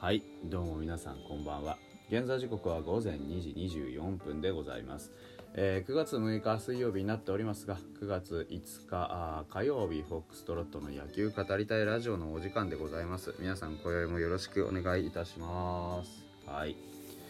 はい、どうも皆さんこんばんは。現在時刻は午前2時24分でございます。9月6日水曜日になっておりますが、9月5日火曜日、フォックストロットの野球語りたいラジオのお時間でございます。皆さん今宵もよろしくお願いいたします。はい。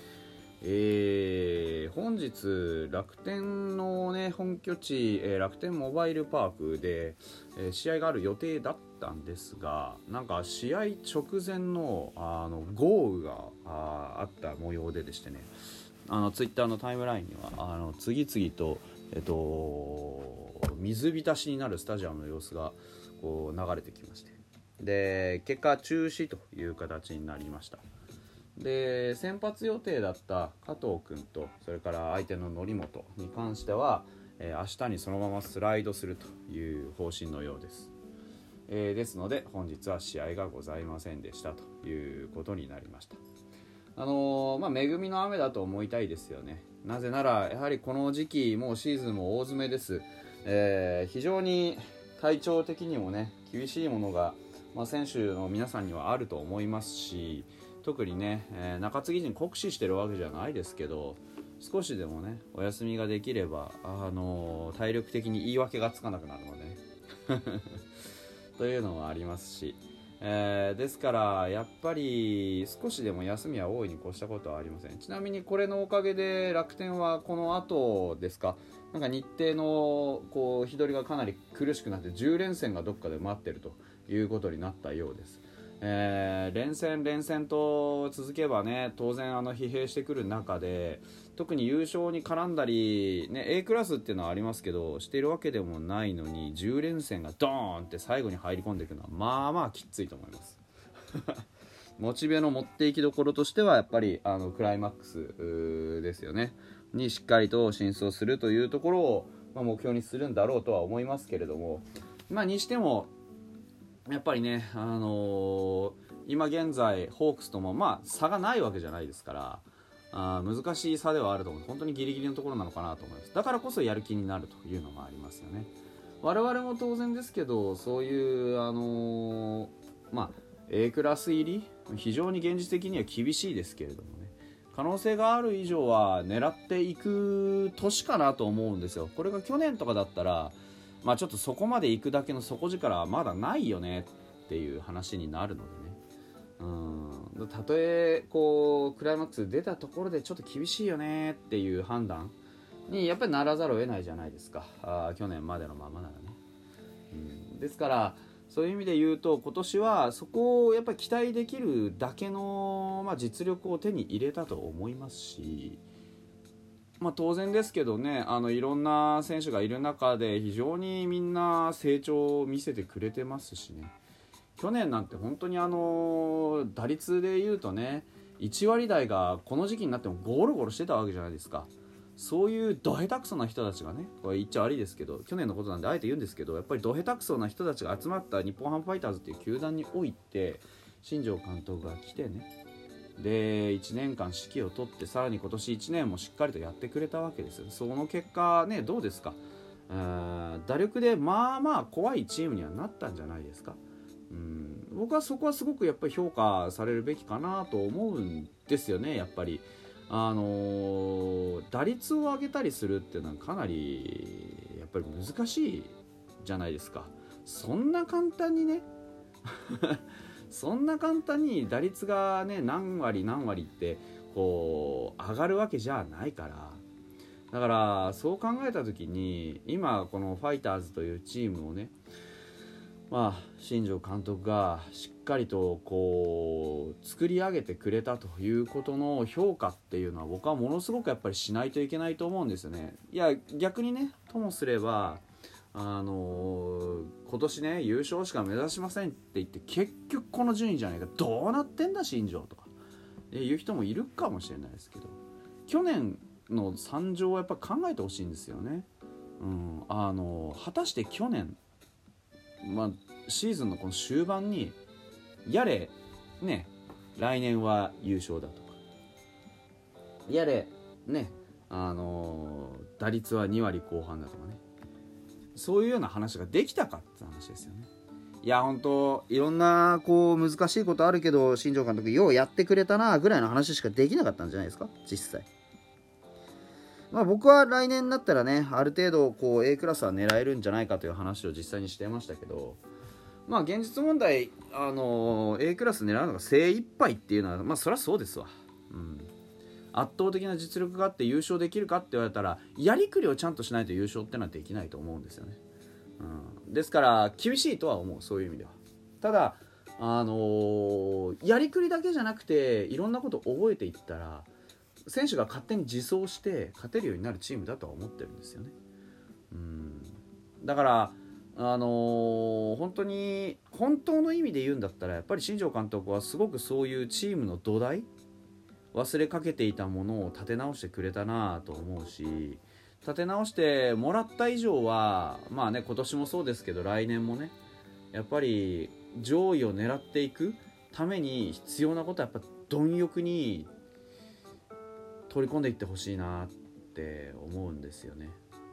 本日楽天のね本拠地、楽天モバイルパークで、試合がある予定だったんですが、なんか試合直前の豪雨があった模様でしてね、ツイッターのタイムラインには次々と、水浸しになるスタジアムの様子がこう流れてきまして、で結果中止という形になりました。で先発予定だった加藤君とそれから相手の則本に関しては、明日にそのままスライドするという方針のようです。ですので本日は試合がございませんでしたということになりました。恵みの雨だと思いたいですよね。なぜならやはりこの時期もうシーズンも大詰めです。非常に体調的にもね厳しいものが、選手の皆さんにはあると思いますし、特にね、中継ぎ陣酷使してるわけじゃないですけど、少しでもねお休みができれば、体力的に言い訳がつかなくなるのでねというのはありますし、ですからやっぱり少しでも休みは大いに越したことはありません。ちなみにこれのおかげで楽天はこの後ですか、なんか日程の日取りがかなり苦しくなって10連戦がどっかで待ってるということになったようです。連戦と続けばね、当然疲弊してくる中で、特に優勝に絡んだり、ね、A クラスっていうのはありますけどしているわけでもないのに10連戦がドーンって最後に入り込んでいくのはまあきついと思いますモチベの持っていきどころとしてはやっぱりクライマックスですよねにしっかりと進出をするというところを、目標にするんだろうとは思いますけれども、にしてもやっぱりね、今現在ホークスとも差がないわけじゃないですから、難しい差ではあると思う。本当にギリギリのところなのかなと思います。だからこそやる気になるというのもありますよね。我々も当然ですけど、そういうA クラス入り非常に現実的には厳しいですけれどもね、可能性がある以上は狙っていく年かなと思うんですよ。これが去年とかだったらちょっとそこまで行くだけの底力はまだないよねっていう話になるのでね、たとえクライマックス出たところでちょっと厳しいよねっていう判断にやっぱりならざるを得ないじゃないですか。去年までのままならね、ですからそういう意味で言うと今年はそこをやっぱり期待できるだけの、実力を手に入れたと思いますし、当然ですけどね、いろんな選手がいる中で非常にみんな成長を見せてくれてますしね。去年なんて本当に打率でいうとね1割台がこの時期になってもゴロゴロしてたわけじゃないですか。そういうド下手くそな人たちがね、これ言っちゃ悪いですけど去年のことなんであえて言うんですけど、やっぱりド下手くそな人たちが集まった日本ハムファイターズっていう球団において新庄監督が来てね、で1年間指揮を取ってさらに今年1年もしっかりとやってくれたわけですよ。その結果ねどうですか、打力で怖いチームにはなったんじゃないですか。僕はそこはすごくやっぱり評価されるべきかなと思うんですよね。やっぱり打率を上げたりするっていうのはかなりやっぱり難しいじゃないですか。そんな簡単にねそんな簡単に打率がね何割って上がるわけじゃないから、だからそう考えた時に今このファイターズというチームをね、新庄監督がしっかりと作り上げてくれたということの評価っていうのは僕はものすごくやっぱりしないといけないと思うんですよね。いや逆にねともすれば今年ね優勝しか目指しませんって言って結局この順位じゃないかどうなってんだ新庄とかいう人もいるかもしれないですけど、去年の惨状をやっぱ考えてほしいんですよね。果たして去年シーズンのこの終盤にやれね来年は優勝だとかやれね打率は2割後半だとかね、そういうような話ができたかって話ですよね。 いや本当いろんなこう難しいことあるけど、新庄監督ようやってくれたなぐらいの話しかできなかったんじゃないですか実際。僕は来年になったらね、ある程度こう A クラスは狙えるんじゃないかという話を実際にしてましたけど、現実問題、A クラス狙うのが精一杯っていうのはそりゃそうですわ、圧倒的な実力があって優勝できるかって言われたら、やりくりをちゃんとしないと優勝ってのはできないと思うんですよね、ですから厳しいとは思う、そういう意味では。ただやりくりだけじゃなくていろんなことを覚えていったら、選手が勝手に自走して勝てるようになるチームだとは思ってるんですよね。だから本当に本当の意味で言うんだったら、やっぱり新庄監督はすごくそういうチームの土台、忘れかけていたものを立て直してくれたなと思うし、立て直してもらった以上は今年もそうですけど来年もね、やっぱり上位を狙っていくために必要なことはやっぱ貪欲に取り込んでいってほしいなって思うんですよね。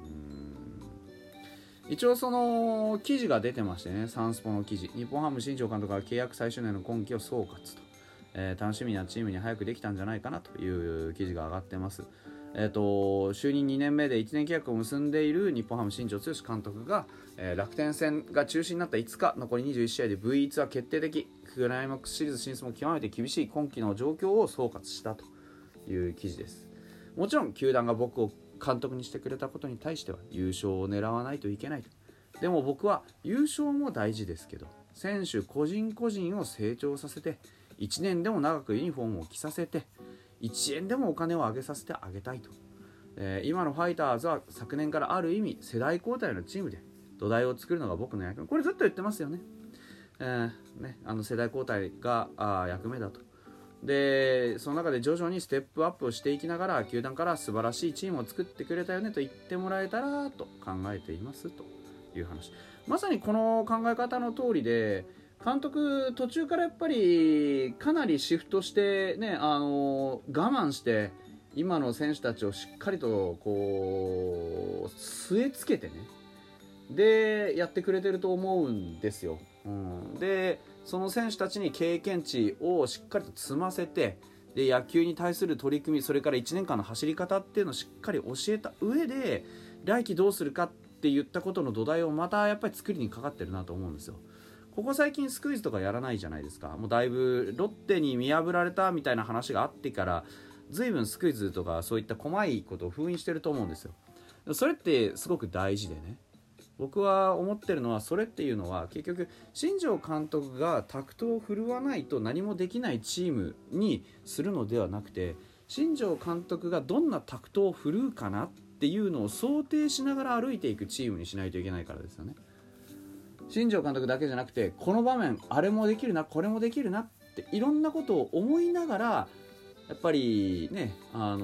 一応その記事が出てましてね、サンスポの記事、日本ハム新庄監督が契約最終年の今季を総括と、楽しみなチームに早くできたんじゃないかなという記事が上がってます。就任2年目で1年契約を結んでいる日本ハム新庄剛志監督が、楽天戦が中止になった5日、残り21試合で V1 は決定的、クライマックスシリーズ進出も極めて厳しい今季の状況を総括したという記事です。もちろん球団が僕を監督にしてくれたことに対しては優勝を狙わないといけないと。でも僕は優勝も大事ですけど、選手個人個人を成長させて、1年でも長くユニフォームを着させて、1円でもお金を上げさせてあげたいと。今のファイターズは昨年からある意味世代交代のチームで土台を作るのが僕の役目、これずっと言ってますよね。世代交代が役目だと。でその中で徐々にステップアップをしていきながら、球団から素晴らしいチームを作ってくれたよねと言ってもらえたらと考えていますという話。まさにこの考え方の通りで、監督途中からやっぱりかなりシフトしてね、我慢して今の選手たちをしっかりとこう据え付けてね、でやってくれてると思うんですよ。でその選手たちに経験値をしっかりと積ませて、で野球に対する取り組み、それから1年間の走り方っていうのをしっかり教えた上で、来季どうするかって言ったことの土台をまたやっぱり作りにかかってるなと思うんですよ。ここ最近スクイズとかやらないじゃないですか。もうだいぶロッテに見破られたみたいな話があってから、随分スクイズとかそういった細いことを封印してると思うんですよ。それってすごく大事でね、僕は思ってるのは、それっていうのは結局新庄監督がタクトを振るわないと何もできないチームにするのではなくて、新庄監督がどんなタクトを振るうかなっていうのを想定しながら歩いていくチームにしないといけないからですよね。新庄監督だけじゃなくて、この場面あれもできるなこれもできるなっていろんなことを思いながらやっぱりね、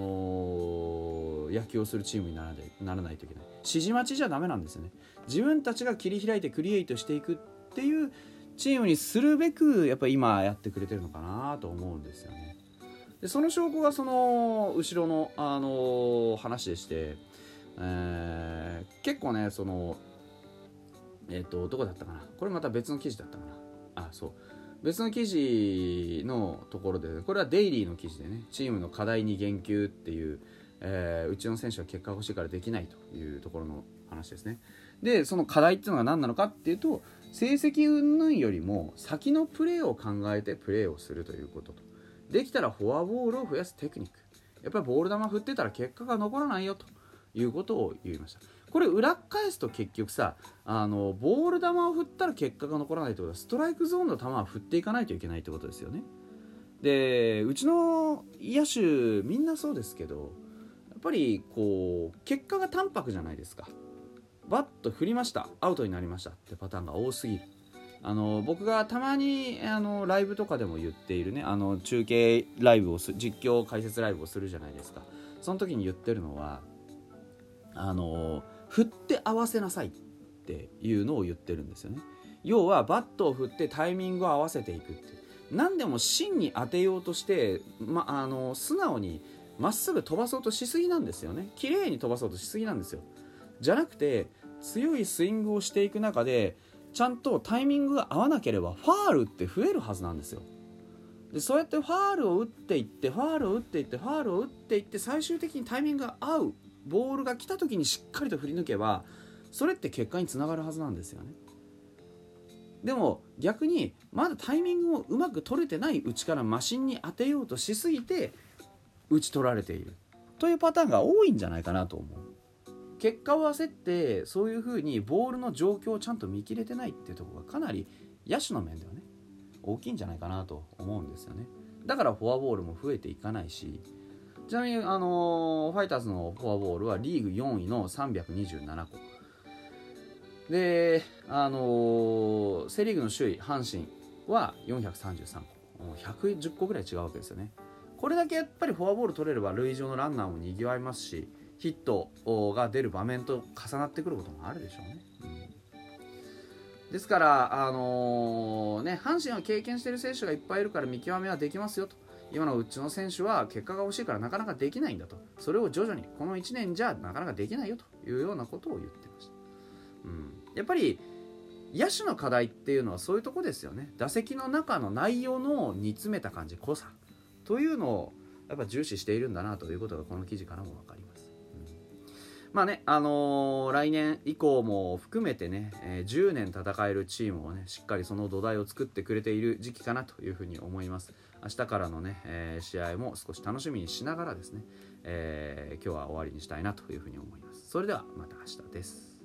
野球をするチームにならないといけない。指示待ちじゃダメなんですよね。自分たちが切り開いてクリエイトしていくっていうチームにするべく、やっぱり今やってくれてるのかなと思うんですよね。でその証拠がその後ろの、話でして、結構ねそのどこだったかな、これまた別の記事だったかな、そう別の記事のところで、これはデイリーの記事でね、チームの課題に言及っていう、うちの選手は結果が欲しいからできないというところの話ですね。でその課題っていうのが何なのかっていうと、成績云々よりも先のプレーを考えてプレーをするということと、できたらフォアボールを増やすテクニック、やっぱりボール球振ってたら結果が残らないよということを言いました。これ裏返すと結局さ、ボール球を振ったら結果が残らないってことは、ストライクゾーンの球は振っていかないといけないってことですよね。でうちの野手みんなそうですけど、やっぱりこう結果が淡白じゃないですか。バッと振りましたアウトになりましたってパターンが多すぎる。僕がたまにライブとかでも言っているね、中継ライブを実況解説ライブをするじゃないですか。その時に言ってるのは振って合わせなさいっていうのを言ってるんですよね。要はバットを振ってタイミングを合わせていくって、何でも芯に当てようとして、素直にまっすぐ飛ばそうとしすぎなんですよね。綺麗に飛ばそうとしすぎなんですよ。じゃなくて強いスイングをしていく中でちゃんとタイミングが合わなければファールって増えるはずなんですよ。でそうやってファールを打っていってファールを打っていってファールを打っていって最終的にタイミングが合うボールが来た時にしっかりと振り抜けばそれって結果につながるはずなんですよね。でも逆にまだタイミングをうまく取れてないうちからマシンに当てようとしすぎて打ち取られているというパターンが多いんじゃないかなと思う。結果を焦ってそういう風にボールの状況をちゃんと見切れてないっていうところがかなり野手の面ではね大きいんじゃないかなと思うんですよね。だからフォアボールも増えていかないし、ちなみにファイターズのフォアボールはリーグ4位の327個で、セ・リーグの首位阪神は433個、110個ぐらい違うわけですよね。これだけやっぱりフォアボール取れれば塁上のランナーもにぎわいますしヒットが出る場面と重なってくることもあるでしょうね。ですから阪神は経験している選手がいっぱいいるから見極めはできますよと。今のうちの選手は結果が欲しいからなかなかできないんだと。それを徐々にこの1年じゃなかなかできないよというようなことを言ってました。やっぱり野手の課題っていうのはそういうとこですよね。打席の中の内容の煮詰めた感じ、濃さというのをやっぱ重視しているんだなということがこの記事からも分かります。まあね、来年以降も含めてね、10年戦えるチームをねしっかりその土台を作ってくれている時期かなというふうに思います。明日からのね、試合も少し楽しみにしながらですね、今日は終わりにしたいなというふうに思います。それではまた明日です。